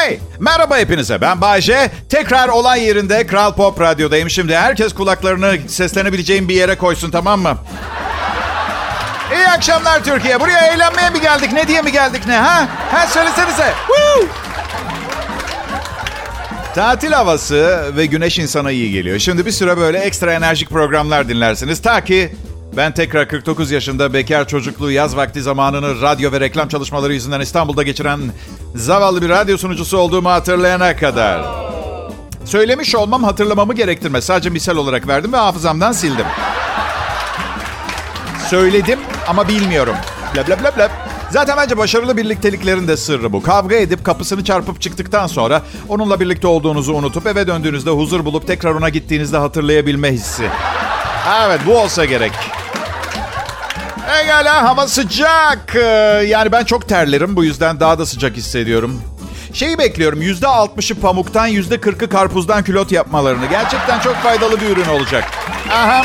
Hey, merhaba hepinize. Ben Bay J. Tekrar olay yerinde Kral Pop Radyo'dayım. Şimdi herkes kulaklarını seslenebileceğim bir yere koysun, tamam mı? İyi akşamlar Türkiye. Buraya eğlenmeye mi geldik? Ne diye mi geldik ne? Ha söylesenize. Woo! Tatil havası ve güneş insana iyi geliyor. Şimdi bir süre böyle ekstra enerjik programlar dinlersiniz. Ta ki ben tekrar 49 yaşında bekar çocukluğu yaz vakti zamanını radyo ve reklam çalışmaları yüzünden İstanbul'da geçiren zavallı bir radyo sunucusu olduğumu hatırlayana kadar. Söylemiş olmam hatırlamamı gerektirmez. Sadece misal olarak verdim ve hafızamdan sildim. Söyledim ama bilmiyorum. Bla bla bla bla. Zaten bence başarılı birlikteliklerin de sırrı bu. Kavga edip kapısını çarpıp çıktıktan sonra onunla birlikte olduğunuzu unutup eve döndüğünüzde huzur bulup tekrar ona gittiğinizde hatırlayabilme hissi. Evet, bu olsa gerek. Egala, hava sıcak. Yani ben çok terlerim, bu yüzden daha da sıcak hissediyorum. Şeyi bekliyorum, %60'ı pamuktan, %40'ı karpuzdan külot yapmalarını. Gerçekten çok faydalı bir ürün olacak. Aha.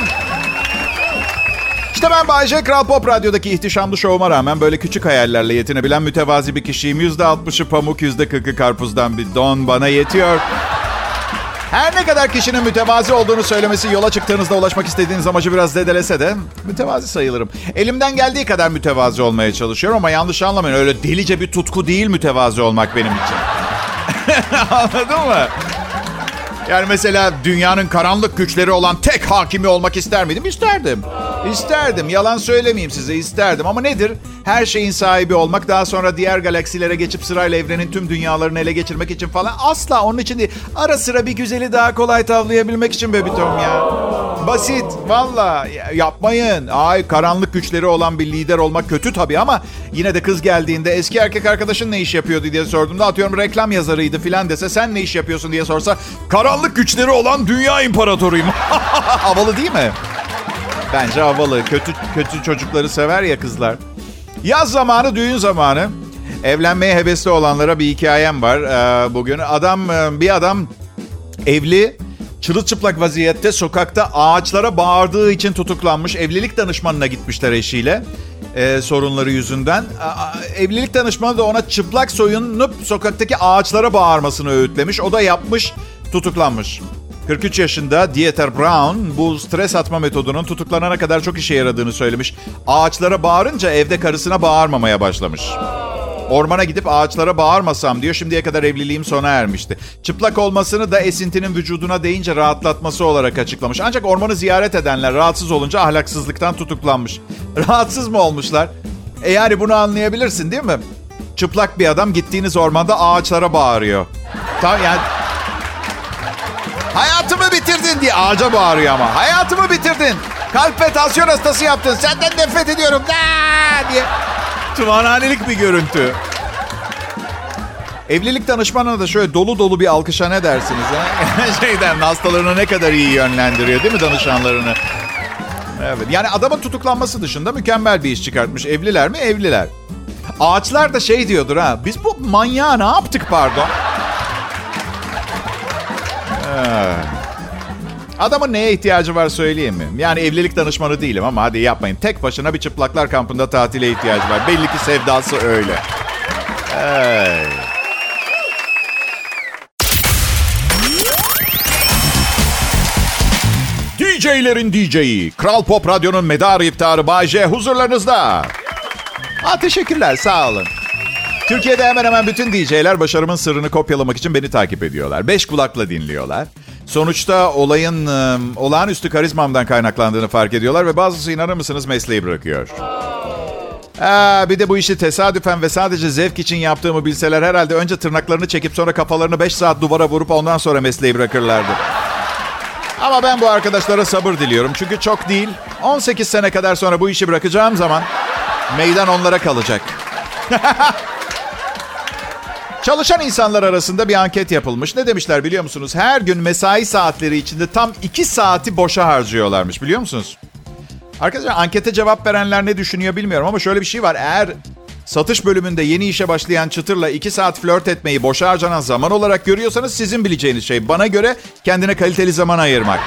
İşte ben Bay J, Kral Pop Radyo'daki ihtişamlı şovuma rağmen böyle küçük hayallerle yetinebilen mütevazi bir kişiyim. %60'ı pamuk, %40'ı karpuzdan bir don bana yetiyor. Her ne kadar kişinin mütevazi olduğunu söylemesi yola çıktığınızda ulaşmak istediğiniz amacı biraz zedelese de mütevazi sayılırım. Elimden geldiği kadar mütevazi olmaya çalışıyorum ama yanlış anlamayın. Öyle delice bir tutku değil mütevazi olmak benim için. Anladın mı? Yani mesela dünyanın karanlık güçleri olan tek hakimi olmak ister miydim? İsterdim. İsterdim. Yalan söylemeyeyim size, isterdim. Ama nedir? Her şeyin sahibi olmak, daha sonra diğer galaksilere geçip sırayla evrenin tüm dünyalarını ele geçirmek için falan. Asla onun için değil. Ara sıra bir güzeli daha kolay tavlayabilmek için be bir tom ya. Basit. Valla yapmayın. Ay, karanlık güçleri olan bir lider olmak kötü tabii ama yine de kız geldiğinde eski erkek arkadaşın ne iş yapıyordu diye sorduğumda, atıyorum reklam yazarıydı filan dese, sen ne iş yapıyorsun diye sorsa, karanlık güçleri olan dünya imparatoruyum. Havalı değil mi? Bence havalı. Kötü çocukları sever ya kızlar. Yaz zamanı, düğün zamanı. Evlenmeye hevesli olanlara bir hikayem var bugün. Bir adam evli, çırılçıplak vaziyette sokakta ağaçlara bağırdığı için tutuklanmış. Evlilik danışmanına gitmişler eşiyle sorunları yüzünden. Evlilik danışmanı da ona çıplak soyunup sokaktaki ağaçlara bağırmasını öğütlemiş. O da yapmış, tutuklanmış. 43 yaşında Dieter Braun bu stres atma metodunun tutuklanana kadar çok işe yaradığını söylemiş. Ağaçlara bağırınca evde karısına bağırmamaya başlamış. Ormana gidip ağaçlara bağırmasam diyor, şimdiye kadar evliliğim sona ermişti. Çıplak olmasını da esintinin vücuduna değince rahatlatması olarak açıklamış. Ancak ormanı ziyaret edenler rahatsız olunca ahlaksızlıktan tutuklanmış. Rahatsız mı olmuşlar? Yani bunu anlayabilirsin değil mi? Çıplak bir adam gittiğiniz ormanda ağaçlara bağırıyor. Yani hayatımı bitirdin diye ağaca bağırıyor ama. Hayatımı bitirdin. Kalp ve tansiyon hastası yaptın. Senden nefret ediyorum. Diye. Tımarhanelik bir görüntü. Evlilik danışmanına da şöyle dolu dolu bir alkışa ne dersiniz? Hastalarını ne kadar iyi yönlendiriyor değil mi danışanlarını? Evet. Yani adamın tutuklanması dışında mükemmel bir iş çıkartmış. Evliler mi? Evliler. Ağaçlar da şey diyordur ha. Biz bu manyağa ne yaptık pardon? Adamın neye ihtiyacı var söyleyeyim mi? Yani evlilik danışmanı değilim ama hadi yapmayın. Tek başına bir çıplaklar kampında tatile ihtiyacı var. Belli ki sevdası öyle. Hey. DJ'lerin DJ'i, Kral Pop Radyo'nun medarı iftiharı Bay J huzurlarınızda. Teşekkürler, sağ olun. Türkiye'de hemen hemen bütün DJ'ler başarımın sırrını kopyalamak için beni takip ediyorlar. 5 kulakla dinliyorlar. Sonuçta olayın olağanüstü karizmamdan kaynaklandığını fark ediyorlar ve bazısı, inanır mısınız, mesleği bırakıyor. Bir de bu işi tesadüfen ve sadece zevk için yaptığımı bilseler herhalde önce tırnaklarını çekip sonra kafalarını 5 saat duvara vurup ondan sonra mesleği bırakırlardı. Ama ben bu arkadaşlara sabır diliyorum. Çünkü çok değil, 18 sene kadar sonra bu işi bırakacağım zaman meydan onlara kalacak. Çalışan insanlar arasında bir anket yapılmış. Ne demişler biliyor musunuz? Her gün mesai saatleri içinde tam 2 saati boşa harcıyorlarmış, biliyor musunuz? Arkadaşlar, ankete cevap verenler ne düşünüyor bilmiyorum ama şöyle bir şey var. Eğer satış bölümünde yeni işe başlayan çıtırla 2 saat flört etmeyi boşa harcanan zaman olarak görüyorsanız sizin bileceğiniz şey. Bana göre kendine kaliteli zaman ayırmak.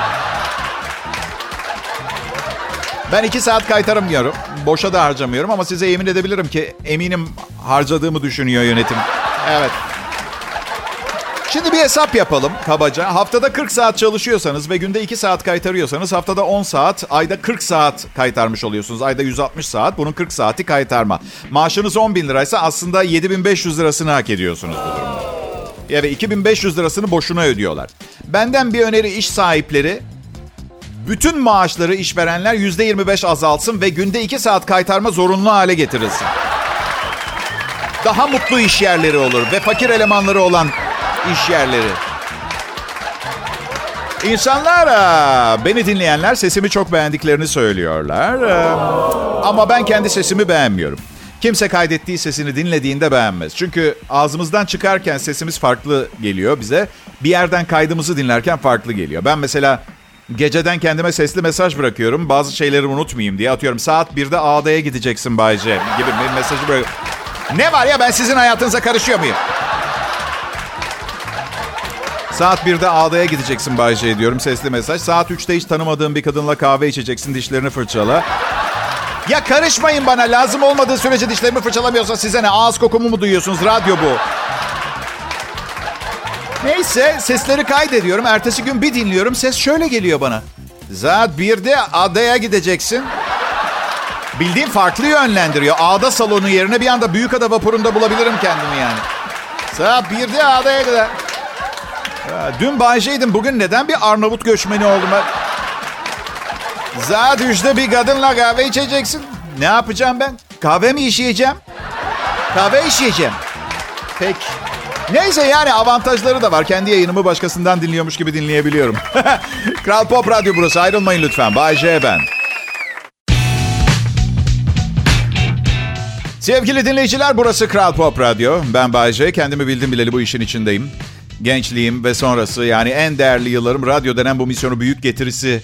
Ben 2 saat kaytaramıyorum. Boşa da harcamıyorum ama size yemin edebilirim ki eminim harcadığımı düşünüyor yönetim. Evet. Şimdi bir hesap yapalım kabaca. Haftada 40 saat çalışıyorsanız ve günde 2 saat kaytarıyorsanız haftada 10 saat, ayda 40 saat kaytarmış oluyorsunuz. Ayda 160 saat, bunun 40 saati kaytarma. Maaşınız 10 bin liraysa aslında 7.500 lirasını hak ediyorsunuz bu durumda. Evet, 2.500 lirasını boşuna ödüyorlar. Benden bir öneri iş sahipleri, bütün maaşları işverenler %25 azaltsın ve günde 2 saat kaytarma zorunlu hale getirilsin. Daha mutlu iş yerleri olur ve fakir elemanları olan iş yerleri. İnsanlar, beni dinleyenler sesimi çok beğendiklerini söylüyorlar. Ama ben kendi sesimi beğenmiyorum. Kimse kaydettiği sesini dinlediğinde beğenmez. Çünkü ağzımızdan çıkarken sesimiz farklı geliyor bize. Bir yerden kaydımızı dinlerken farklı geliyor. Ben mesela geceden kendime sesli mesaj bırakıyorum. Bazı şeyleri unutmayayım diye. Atıyorum saat 1'de Ağda'ya gideceksin Bay J gibi bir mesajı bırakıyorum. Ne var ya, ben sizin hayatınıza karışıyor muyum? Saat 1'de Ağda'ya gideceksin Bay J diyorum, sesli mesaj. Saat 3'te hiç tanımadığın bir kadınla kahve içeceksin, dişlerini fırçala. Ya karışmayın bana, lazım olmadığı sürece dişlerimi fırçalamıyorsa size ne? Ağız kokumu mu duyuyorsunuz? Radyo bu. Neyse, sesleri kaydediyorum. Ertesi gün bir dinliyorum, ses şöyle geliyor bana. Saat 1'de Ağda'ya gideceksin. Bildiğin farklı yönlendiriyor. Ağda salonu yerine bir anda Büyükada vapurunda bulabilirim kendimi yani. Saat 1'de Ağda'ya gider. Dün Bay J'ydim, bugün neden bir Arnavut göçmeni oldum? Saat 3'te bir kadınla kahve içeceksin. Ne yapacağım ben? Kahve mi işleyeceğim? Kahve işleyeceğim. Peki. Neyse, yani avantajları da var. Kendi yayınımı başkasından dinliyormuş gibi dinleyebiliyorum. Kral Pop Radyo burası. Ayrılmayın lütfen. Bay J ben. Sevgili dinleyiciler, burası Kral Pop Radyo. Ben Bay J. Kendimi bildim bileli bu işin içindeyim. Gençliğim ve sonrası, yani en değerli yıllarım radyo denen bu misyonu büyük getirisi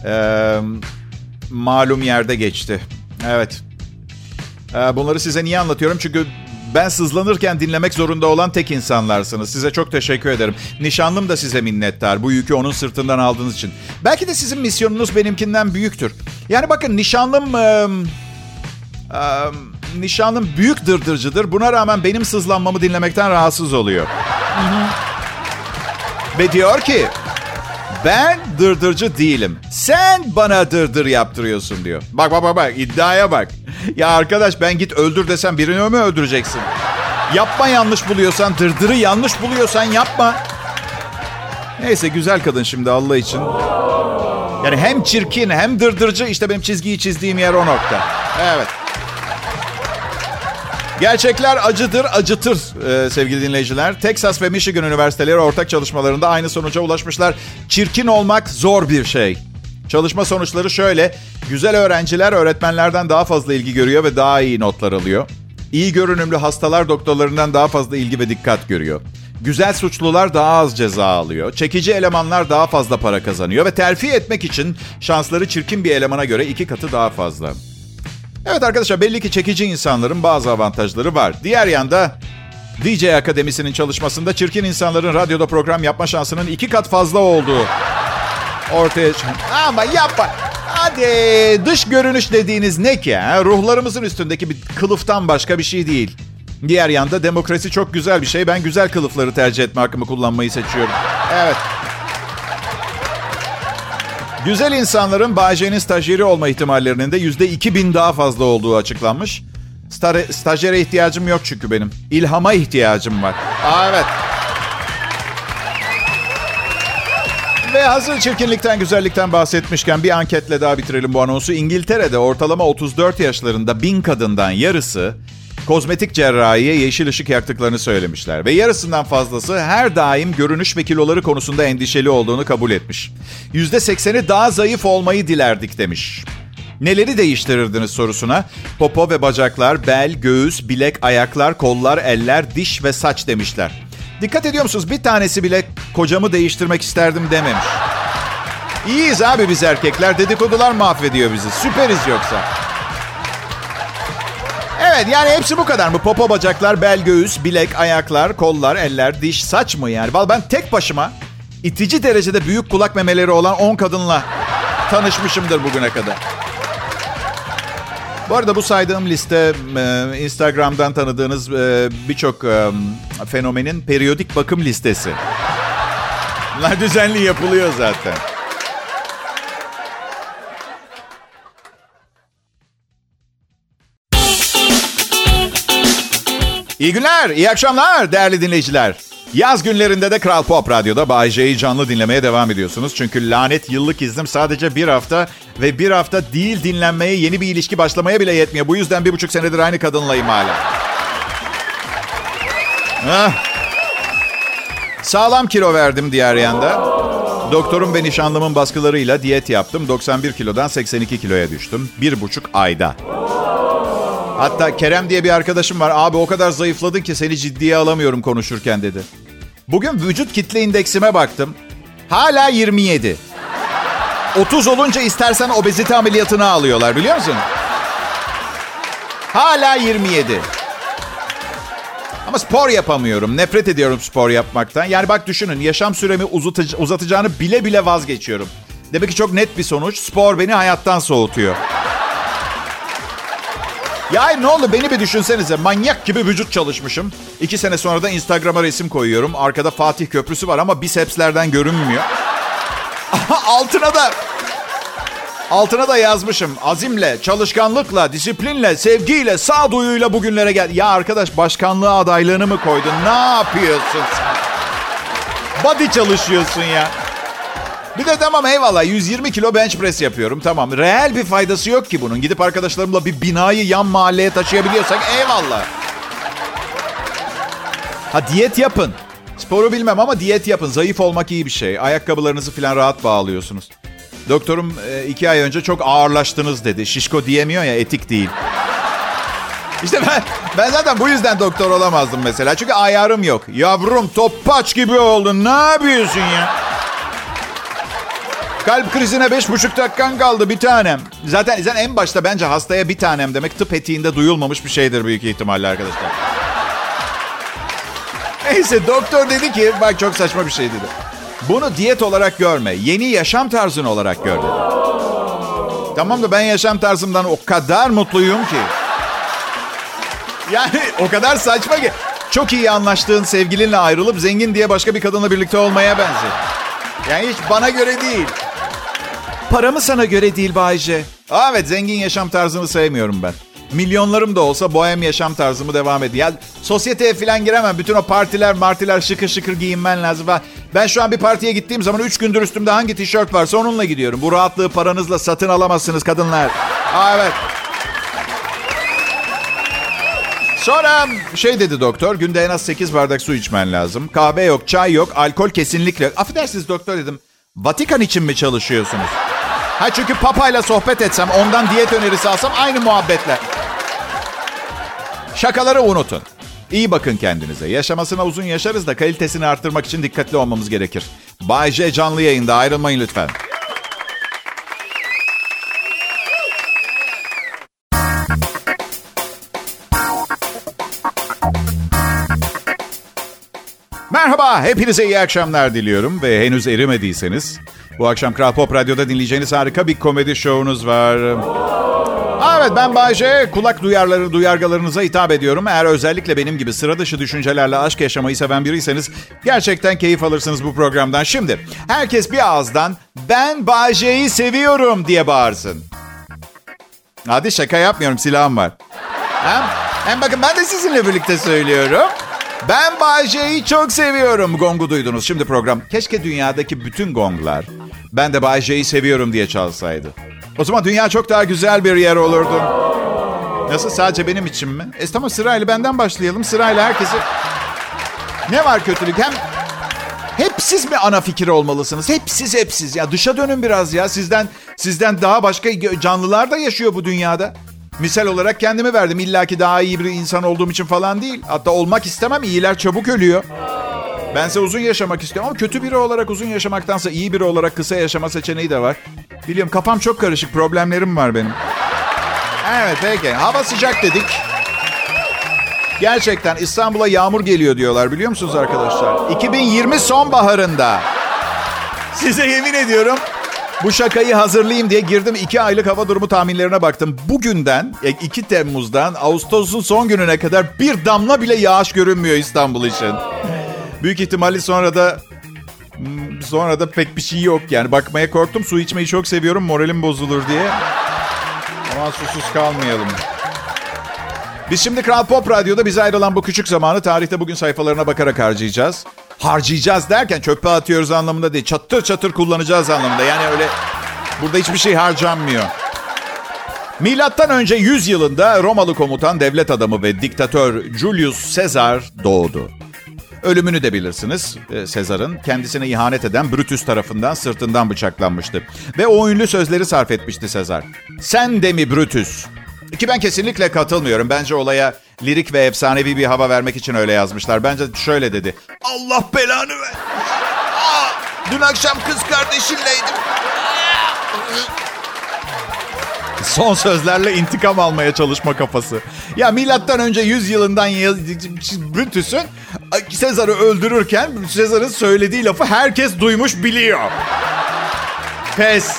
malum yerde geçti. Evet. Bunları size niye anlatıyorum? Çünkü ben sızlanırken dinlemek zorunda olan tek insanlarsınız. Size çok teşekkür ederim. Nişanlım da size minnettar. Bu yükü onun sırtından aldığınız için. Belki de sizin misyonunuz benimkinden büyüktür. Yani bakın, nişanlım büyük dırdırcıdır. Buna rağmen benim sızlanmamı dinlemekten rahatsız oluyor. Ve diyor ki, ben dırdırcı değilim. Sen bana dırdır yaptırıyorsun diyor. Bak, iddiaya bak. Ya arkadaş, ben git öldür desem birini mi öldüreceksin? Yapma, yanlış buluyorsan, dırdırı yanlış buluyorsan yapma. Neyse, güzel kadın şimdi, Allah için. Yani hem çirkin hem dırdırcı, işte benim çizgiyi çizdiğim yer o nokta. Evet. Gerçekler acıdır, acıtır sevgili dinleyiciler. Texas ve Michigan üniversiteleri ortak çalışmalarında aynı sonuca ulaşmışlar. Çirkin olmak zor bir şey. Çalışma sonuçları şöyle. Güzel öğrenciler öğretmenlerden daha fazla ilgi görüyor ve daha iyi notlar alıyor. İyi görünümlü hastalar doktorlarından daha fazla ilgi ve dikkat görüyor. Güzel suçlular daha az ceza alıyor. Çekici elemanlar daha fazla para kazanıyor ve terfi etmek için şansları çirkin bir elemana göre 2 katı daha fazla. Evet arkadaşlar, belli ki çekici insanların bazı avantajları var. Diğer yanda DJ Akademisi'nin çalışmasında çirkin insanların radyoda program yapma şansının 2 kat fazla olduğu ortaya çıkıyor. Ama yapma. Hadi, dış görünüş dediğiniz ne ki? Ruhlarımızın üstündeki bir kılıftan başka bir şey değil. Diğer yanda demokrasi çok güzel bir şey. Ben güzel kılıfları tercih etme hakkımı kullanmayı seçiyorum. Evet. Güzel insanların Bay J'nin stajyeri olma ihtimallerinin de %2000 daha fazla olduğu açıklanmış. Stajyere ihtiyacım yok çünkü benim. İlhama ihtiyacım var. Evet. Ve hazır çirkinlikten, güzellikten bahsetmişken bir anketle daha bitirelim bu anonsu. İngiltere'de ortalama 34 yaşlarında 1000 kadından yarısı kozmetik cerrahiye yeşil ışık yaktıklarını söylemişler. Ve yarısından fazlası her daim görünüş ve kiloları konusunda endişeli olduğunu kabul etmiş. %80'i daha zayıf olmayı dilerdik demiş. Neleri değiştirirdiniz sorusuna popo ve bacaklar, bel, göğüs, bilek, ayaklar, kollar, eller, diş ve saç demişler. Dikkat ediyor musunuz? Bir tanesi bile kocamı değiştirmek isterdim dememiş. İyiyiz abi biz erkekler. Dedikodular mahvediyor bizi. Süperiz yoksa. Evet, yani hepsi bu kadar mı? Popo, bacaklar, bel, göğüs, bilek, ayaklar, kollar, eller, diş, saç mı yani? Vallahi ben tek başıma itici derecede büyük kulak memeleri olan 10 kadınla tanışmışımdır bugüne kadar. Bu arada bu saydığım liste Instagram'dan tanıdığınız birçok fenomenin periyodik bakım listesi. Bunlar düzenli yapılıyor zaten. İyi günler, iyi akşamlar değerli dinleyiciler. Yaz günlerinde de Kral Pop Radyo'da Bay J'yi canlı dinlemeye devam ediyorsunuz. Çünkü lanet yıllık iznim sadece bir hafta ve bir hafta değil dinlenmeye, yeni bir ilişki başlamaya bile yetmiyor. Bu yüzden 1,5 senedir aynı kadınlayım hala. Sağlam kilo verdim diğer yanda. Doktorum ve nişanlımın baskılarıyla diyet yaptım. 91 kilodan 82 kiloya düştüm. 1,5 ayda. Hatta Kerem diye bir arkadaşım var. Abi o kadar zayıfladın ki seni ciddiye alamıyorum konuşurken dedi. Bugün vücut kitle indeksime baktım. Hala 27. 30 olunca istersen obezite ameliyatını alıyorlar biliyor musun? Hala 27. Ama spor yapamıyorum. Nefret ediyorum spor yapmaktan. Yani bak düşünün, yaşam süremi uzatacağını bile bile vazgeçiyorum. Demek ki çok net bir sonuç. Spor beni hayattan soğutuyor. Ya ne oldu, beni bir düşünsenize. Manyak gibi vücut çalışmışım. 2 sene sonra da Instagram'a resim koyuyorum. Arkada Fatih Köprüsü var ama bisepslerden görünmüyor. Altına da yazmışım. Azimle, çalışkanlıkla, disiplinle, sevgiyle, sağduyuyla bugünlere gel. Ya arkadaş, başkanlığa adaylığını mı koydun? Ne yapıyorsun sen? Body çalışıyorsun ya. Bir de tamam eyvallah 120 kilo bench press yapıyorum. Tamam, reel bir faydası yok ki bunun. Gidip arkadaşlarımla bir binayı yan mahalleye taşıyabiliyorsak eyvallah. Ha, diyet yapın. Sporu bilmem ama diyet yapın. Zayıf olmak iyi bir şey. Ayakkabılarınızı falan rahat bağlıyorsunuz. Doktorum 2 ay önce çok ağırlaştınız dedi. Şişko diyemiyor ya, etik değil. İşte ben zaten bu yüzden doktor olamazdım mesela. Çünkü ayarım yok. Yavrum topaç gibi oldun. Ne yapıyorsun ya? Kalp krizine 5,5 dakikan kaldı bir tanem. Zaten en başta bence hastaya bir tanem demek tıp etiğinde duyulmamış bir şeydir büyük ihtimalle arkadaşlar. Neyse, doktor dedi ki, bak çok saçma bir şey dedi. Bunu diyet olarak görme, yeni yaşam tarzın olarak gör dedi. Tamam da ben yaşam tarzımdan o kadar mutluyum ki. Yani o kadar saçma ki. Çok iyi anlaştığın sevgilinle ayrılıp zengin diye başka bir kadınla birlikte olmaya benziyor. Yani hiç bana göre değil. Para mı sana göre değil Bayce? Evet, zengin yaşam tarzını sevmiyorum ben. Milyonlarım da olsa bohem yaşam tarzımı devam ediyor. Ya sosyeteye falan giremem. Bütün o partiler şıkır şıkır giyinmen lazım. Ben şu an bir partiye gittiğim zaman 3 gündür üstümde hangi tişört varsa onunla gidiyorum. Bu rahatlığı paranızla satın alamazsınız kadınlar. Evet. Sonra dedi doktor, günde en az 8 bardak su içmen lazım. Kahve yok, çay yok, alkol kesinlikle yok. Affedersiniz doktor dedim. Vatikan için mi çalışıyorsunuz? Ha, çünkü papayla sohbet etsem, ondan diyet önerisi alsam aynı muhabbetle. Şakaları unutun. İyi bakın kendinize. Yaşamasına uzun yaşarız da kalitesini arttırmak için dikkatli olmamız gerekir. Bay J canlı yayında, ayrılmayın lütfen. Merhaba, hepinize iyi akşamlar diliyorum ve henüz erimediyseniz bu akşam Kral Pop Radyo'da dinleyeceğiniz harika bir komedi şovunuz var. Evet, ben Bay J. Kulak duyargalarınıza hitap ediyorum. Eğer özellikle benim gibi sıra dışı düşüncelerle aşk yaşamayı seven biriyseniz gerçekten keyif alırsınız bu programdan. Şimdi herkes bir ağızdan ben Bay J'yi seviyorum diye bağırsın. Hadi, şaka yapmıyorum, silahım var. Hem bakın, ben de sizinle birlikte söylüyorum. Ben Bay J'yi çok seviyorum. Gongu duydunuz. Şimdi program, keşke dünyadaki bütün gonglar ben de Bay J'yi seviyorum diye çalsaydı. O zaman dünya çok daha güzel bir yer olurdu. Nasıl, sadece benim için mi? Tamam, sırayla benden başlayalım. Sırayla herkesi... Ne var kötülük? Hep siz mi ana fikir olmalısınız? Hep siz. Ya dışa dönün biraz ya. Sizden daha başka canlılar da yaşıyor bu dünyada. Misal olarak kendimi verdim. İlla ki daha iyi bir insan olduğum için falan değil. Hatta olmak istemem. İyiler çabuk ölüyor. Bense uzun yaşamak istiyorum ama kötü biri olarak uzun yaşamaktansa iyi biri olarak kısa yaşama seçeneği de var. Biliyorum, kafam çok karışık. Problemlerim var benim. Evet, peki. Hava sıcak dedik. Gerçekten İstanbul'a yağmur geliyor diyorlar, biliyor musunuz arkadaşlar? 2020 sonbaharında. Size yemin ediyorum Bu şakayı hazırlayayım diye girdim. 2 aylık hava durumu tahminlerine baktım. Bugünden 2 Temmuz'dan Ağustos'un son gününe kadar bir damla bile yağış görünmüyor İstanbul için. Büyük ihtimalle sonra da pek bir şey yok yani. Bakmaya korktum. Su içmeyi çok seviyorum. Moralim bozulur diye. Ama susuz kalmayalım. Biz şimdi Kral Pop Radyo'da bize ayrılan bu küçük zamanı tarihte bugün sayfalarına bakarak harcayacağız. Harcayacağız derken çöpe atıyoruz anlamında değil. Çatır çatır kullanacağız anlamında. Yani öyle burada hiçbir şey harcanmıyor. Milattan önce 100 yılında Romalı komutan, devlet adamı ve diktatör Julius Caesar doğdu. Ölümünü de bilirsiniz. Sezar'ın kendisine ihanet eden Brutus tarafından sırtından bıçaklanmıştı. Ve o ünlü sözleri sarf etmişti Sezar. Sen de mi Brutus? Ki ben kesinlikle katılmıyorum. Bence olaya lirik ve efsanevi bir hava vermek için öyle yazmışlar. Bence şöyle dedi. Allah belanı ver. Dün akşam kız kardeşinleydim. Son sözlerle intikam almaya çalışma kafası. Ya milattan önce 100 yılından Brutus'un Sezar'ı öldürürken Sezar'ın söylediği lafı herkes duymuş biliyor. Pes.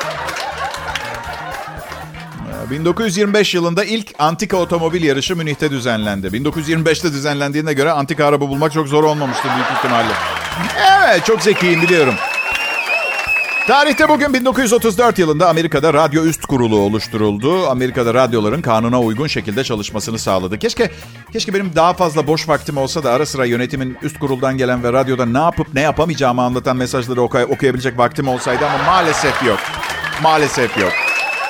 1925 yılında ilk antika otomobil yarışı Münih'te düzenlendi. 1925'te düzenlendiğine göre antika araba bulmak çok zor olmamıştır büyük ihtimalle. Evet, çok zekiyim biliyorum. Tarihte bugün 1934 yılında Amerika'da Radyo Üst Kurulu oluşturuldu. Amerika'da radyoların kanuna uygun şekilde çalışmasını sağladı. Keşke benim daha fazla boş vaktim olsa da ara sıra yönetimin üst kuruldan gelen ve radyoda ne yapıp ne yapamayacağımı anlatan mesajları okuyabilecek vaktim olsaydı ama maalesef yok. Maalesef yok.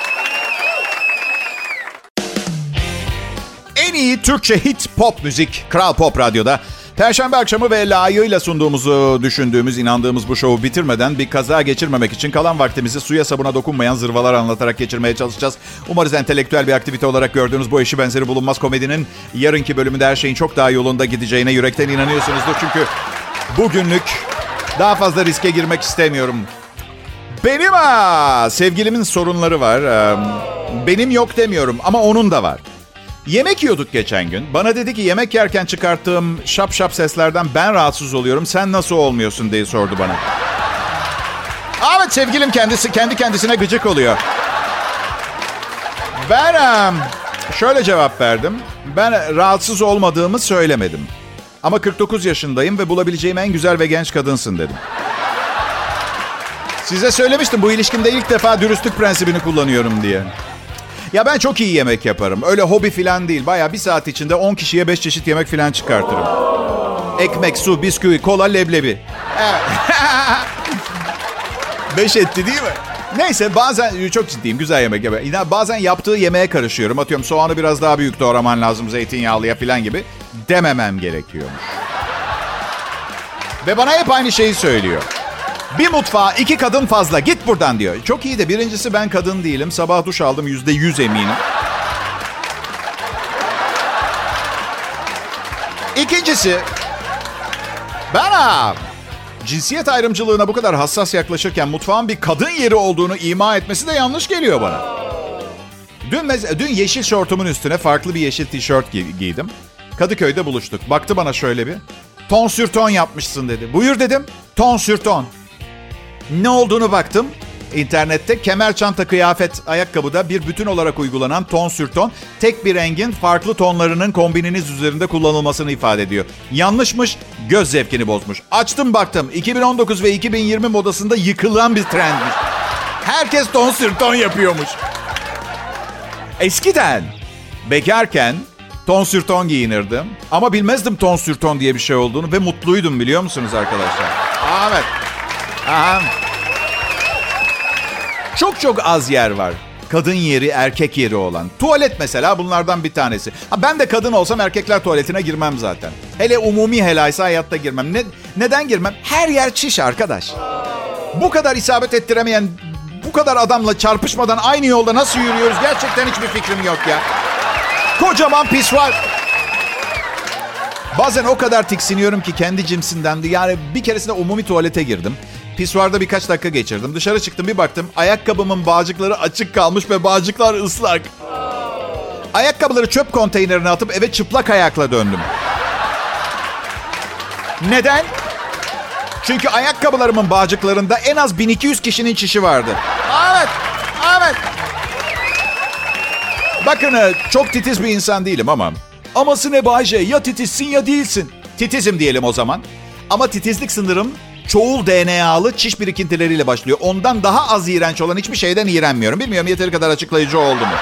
En iyi Türkçe hit pop müzik Kral Pop Radyo'da. Perşembe akşamı ve layığıyla sunduğumuzu düşündüğümüz, inandığımız bu şovu bitirmeden bir kaza geçirmemek için kalan vaktimizi suya sabuna dokunmayan zırvalar anlatarak geçirmeye çalışacağız. Umarız entelektüel bir aktivite olarak gördüğünüz bu eşi benzeri bulunmaz komedinin yarınki bölümünde her şeyin çok daha yolunda gideceğine yürekten inanıyorsunuzdur. Çünkü bugünlük daha fazla riske girmek istemiyorum. Benim sevgilimin sorunları var. Benim yok demiyorum ama onun da var. Yemek yiyorduk geçen gün. Bana dedi ki yemek yerken çıkarttığım şap şap seslerden ben rahatsız oluyorum. Sen nasıl olmuyorsun diye sordu bana. Evet, sevgilim kendi kendisine gıcık oluyor. Ben şöyle cevap verdim. Ben rahatsız olmadığımı söylemedim. Ama 49 yaşındayım ve bulabileceğim en güzel ve genç kadınsın dedim. Size söylemiştim bu ilişkimde ilk defa dürüstlük prensibini kullanıyorum diye. Ya ben çok iyi yemek yaparım. Öyle hobi falan değil. Bayağı bir saat içinde 10 kişiye 5 çeşit yemek falan çıkartırım. Ekmek, su, bisküvi, kola, leblebi. Evet. 5 etti değil mi? Neyse, bazen çok ciddiyim, güzel yemek yapıyorum. Bazen yaptığı yemeğe karışıyorum. Atıyorum soğanı biraz daha büyük doğraman lazım zeytinyağlıya falan gibi. Dememem gerekiyormuş. Ve bana hep aynı şeyi söylüyor. Bir mutfağa 2 kadın fazla, git buradan diyor. Çok iyi de birincisi ben kadın değilim. Sabah duş aldım, %100 eminim. İkincisi, ben cinsiyet ayrımcılığına bu kadar hassas yaklaşırken mutfağın bir kadın yeri olduğunu ima etmesi de yanlış geliyor bana. Dün yeşil şortumun üstüne farklı bir yeşil tişört giydim. Kadıköy'de buluştuk. Baktı bana şöyle bir. Ton sür ton yapmışsın dedi. Buyur dedim. Ton sür ton. Ne olduğunu baktım. İnternette kemer, çanta, kıyafet, ayakkabıda bir bütün olarak uygulanan ton sür ton, tek bir rengin farklı tonlarının kombininiz üzerinde kullanılmasını ifade ediyor. Yanlışmış, göz zevkini bozmuş. Açtım baktım. 2019 ve 2020 modasında yıkılan bir trendmiş. Herkes ton sür ton yapıyormuş. Eskiden, bekarken ton sür ton giyinirdim. Ama bilmezdim ton sür ton diye bir şey olduğunu ve mutluydum, biliyor musunuz arkadaşlar? Evet. Aha. Çok az yer var. Kadın yeri, erkek yeri olan. Tuvalet mesela bunlardan bir tanesi. Ben de kadın olsam erkekler tuvaletine girmem zaten. Hele umumi helaysa hayatta girmem. Neden girmem? Her yer çiş arkadaş. Bu kadar isabet ettiremeyen, bu kadar adamla çarpışmadan aynı yolda nasıl yürüyoruz? Gerçekten hiçbir fikrim yok ya. Kocaman pis var. Bazen o kadar tiksiniyorum ki kendi cimsimden. Yani bir keresinde umumi tuvalete girdim. Pisuarda birkaç dakika geçirdim. Dışarı çıktım, bir baktım. Ayakkabımın bağcıkları açık kalmış ve bağcıklar ıslak. Ayakkabıları çöp konteynerine atıp eve çıplak ayakla döndüm. Neden? Çünkü ayakkabılarımın bağcıklarında en az 1200 kişinin çişi vardı. Evet, evet. Bakın çok titiz bir insan değilim ama. Aması ne Bay J? Ya titizsin ya değilsin. Titizim diyelim o zaman. Ama titizlik sınırım çoğul DNA'lı çiş birikintileriyle başlıyor. Ondan daha az iğrenç olan hiçbir şeyden iğrenmiyorum. Bilmiyorum yeteri kadar açıklayıcı oldu mu?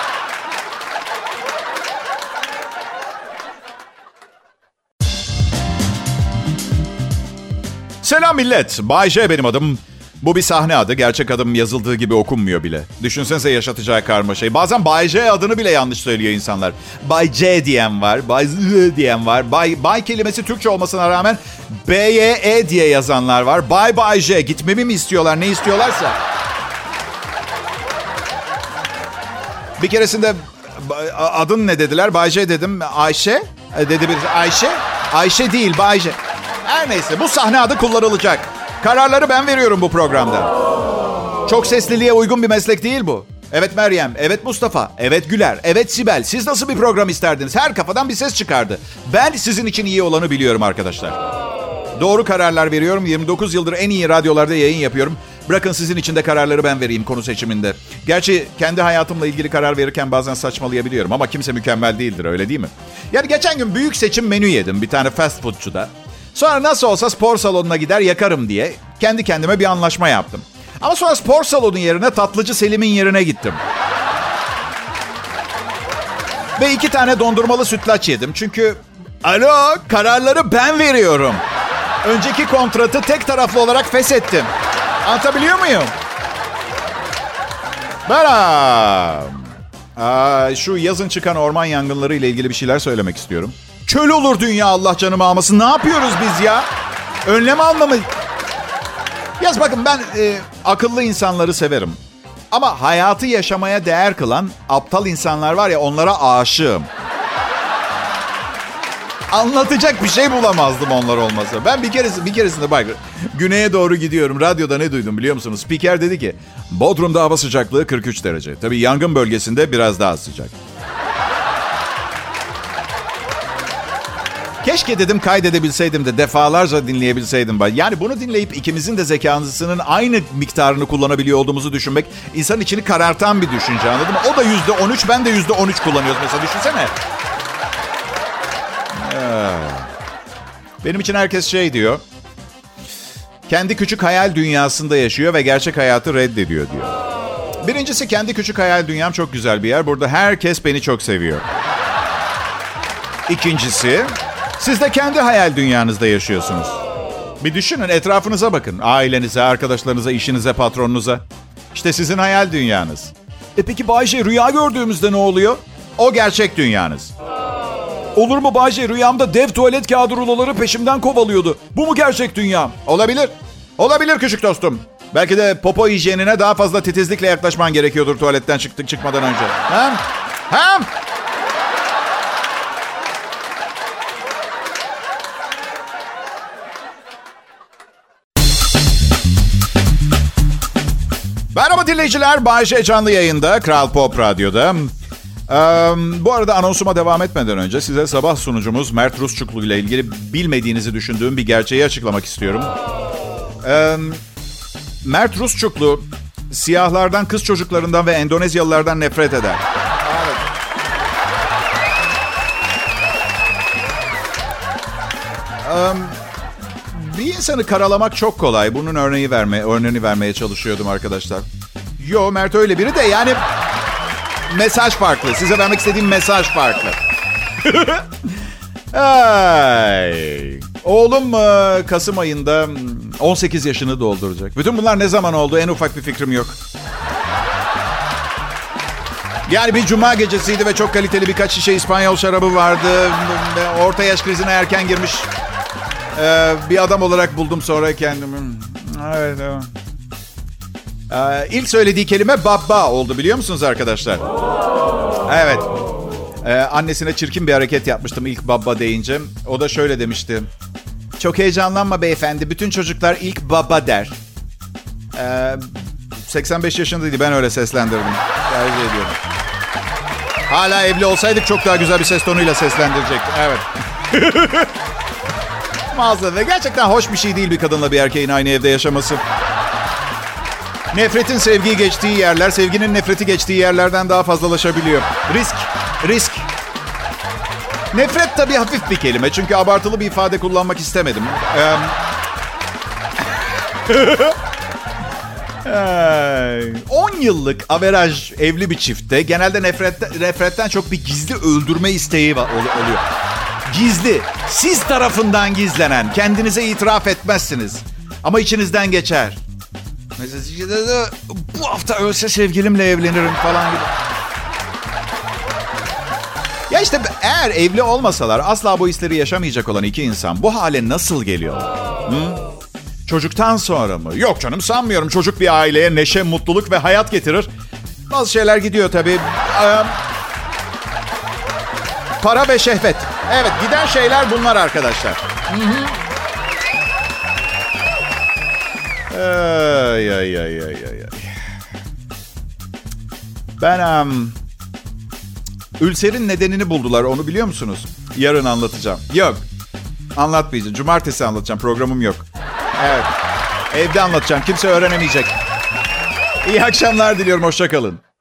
Selam millet. Bay J benim adım. Bu bir sahne adı. Gerçek adım yazıldığı gibi okunmuyor bile. Düşünsenize yaşatacağı karmaşayı. Bazen Bay J adını bile yanlış söylüyor insanlar. Bay C diyen var. Bay Z diyen var. Bay kelimesi Türkçe olmasına rağmen B-Y-E diye yazanlar var. Bay J. Gitmemi mi istiyorlar? Ne istiyorlarsa. Bir keresinde adın ne dediler? Bay J dedim. Ayşe. Dedi bir Ayşe. Ayşe değil Bay J. Her neyse bu sahne adı kullanılacak. Kararları ben veriyorum bu programda. Çok sesliliğe uygun bir meslek değil bu. Evet Meryem, evet Mustafa, evet Güler, evet Sibel. Siz nasıl bir program isterdiniz? Her kafadan bir ses çıkardı. Ben sizin için iyi olanı biliyorum arkadaşlar. Doğru kararlar veriyorum. 29 yıldır en iyi radyolarda yayın yapıyorum. Bırakın sizin için de kararları ben vereyim konu seçiminde. Gerçi kendi hayatımla ilgili karar verirken bazen saçmalayabiliyorum. Ama kimse mükemmel değildir, öyle değil mi? Yani geçen gün büyük seçim menü yedim bir tane fast foodçuda. Sonra nasıl olsa spor salonuna gider yakarım diye kendi kendime bir anlaşma yaptım. Ama sonra spor salonu yerine tatlıcı Selim'in yerine gittim. Ve 2 tane dondurmalı sütlaç yedim. Çünkü kararları ben veriyorum. Önceki kontratı tek taraflı olarak feshettim. Anlatabiliyor muyum? Şu yazın çıkan orman yangınları ile ilgili bir şeyler söylemek istiyorum. Çöl olur dünya, Allah canımı almasın. Ne yapıyoruz biz ya? Önlem almamı... Yaz bakın ben akıllı insanları severim. Ama hayatı yaşamaya değer kılan aptal insanlar var ya, onlara aşığım. Anlatacak bir şey bulamazdım onlar olmasa. Ben bir keresinde bak güneye doğru gidiyorum. Radyoda ne duydum biliyor musunuz? Spiker dedi ki Bodrum'da hava sıcaklığı 43 derece. Tabii yangın bölgesinde biraz daha sıcak. Keşke dedim kaydedebilseydim de defalarca dinleyebilseydim. Yani bunu dinleyip ikimizin de zekasının aynı miktarını kullanabiliyor olduğumuzu düşünmek insan içini karartan bir düşünce, anladın mı? O da %13, ben de %13 kullanıyoruz mesela, düşünsene. Benim için herkes şey diyor. Kendi küçük hayal dünyasında yaşıyor ve gerçek hayatı reddediyor diyor. Birincisi, kendi küçük hayal dünyam çok güzel bir yer. Burada herkes beni çok seviyor. İkincisi, siz de kendi hayal dünyanızda yaşıyorsunuz. Bir düşünün, etrafınıza bakın. Ailenize, arkadaşlarınıza, işinize, patronunuza. İşte sizin hayal dünyanız. Peki Bay J, rüya gördüğümüzde ne oluyor? O gerçek dünyanız. Olur mu Bay J, rüyamda dev tuvalet kağıdı ruloları peşimden kovalıyordu. Bu mu gerçek dünya? Olabilir. Olabilir küçük dostum. Belki de popo hijyenine daha fazla titizlikle yaklaşman gerekiyordur tuvaletten çıkmadan önce. Hem? Merhaba dinleyiciler, Bay J canlı yayında, Kral Pop Radyo'da. Bu arada anonsuma devam etmeden önce size sabah sunucumuz Mert Rusçuklu ile ilgili bilmediğinizi düşündüğüm bir gerçeği açıklamak istiyorum. Mert Rusçuklu siyahlardan, kız çocuklarından ve Endonezyalılardan nefret eder. Bir insanı karalamak çok kolay. Bunun örneğini vermeye çalışıyordum arkadaşlar. Yo, Mert öyle biri de yani mesaj farklı. Size vermek istediğim mesaj farklı. Oğlum Kasım ayında 18 yaşını dolduracak. Bütün bunlar ne zaman oldu? En ufak bir fikrim yok. Yani bir cuma gecesiydi ve çok kaliteli birkaç şişe İspanyol şarabı vardı. Orta yaş krizine erken girmiş bir adam olarak buldum sonra kendimi. Evet. İlk söylediği kelime baba oldu, biliyor musunuz arkadaşlar? Evet. Annesine çirkin bir hareket yapmıştım ilk baba deyince. O da şöyle demişti. Çok heyecanlanma beyefendi. Bütün çocuklar ilk baba der. 85 yaşındaydı. Ben öyle seslendirdim. Tercih ediyorum. Hala evli olsaydık çok daha güzel bir ses tonuyla seslendirecektim. Evet. Mağazada. Gerçekten hoş bir şey değil bir kadınla bir erkeğin aynı evde yaşaması. Nefretin sevgiyi geçtiği yerler, sevginin nefreti geçtiği yerlerden daha fazlalaşabiliyor. Risk. Nefret tabii hafif bir kelime. Çünkü abartılı bir ifade kullanmak istemedim. 10 yıllık averaj evli bir çiftte genelde nefretten çok bir gizli öldürme isteği oluyor. Gizli, siz tarafından gizlenen, kendinize itiraf etmezsiniz. Ama içinizden geçer. Mesela bu hafta ölse sevgilimle evlenirim falan gibi. Ya işte eğer evli olmasalar asla bu hisleri yaşamayacak olan iki insan bu hale nasıl geliyorlar? Çocuktan sonra mı? Yok canım, sanmıyorum. Çocuk bir aileye neşe, mutluluk ve hayat getirir. Bazı şeyler gidiyor tabii. Para ve şehvet. Evet, giden şeyler bunlar arkadaşlar. Ay. Ben ülserin nedenini buldular. Onu biliyor musunuz? Yarın anlatacağım. Yok. Anlatmayacağım. Cumartesi anlatacağım. Programım yok. Evet. Evde anlatacağım. Kimse öğrenemeyecek. İyi akşamlar diliyorum. Hoşça kalın.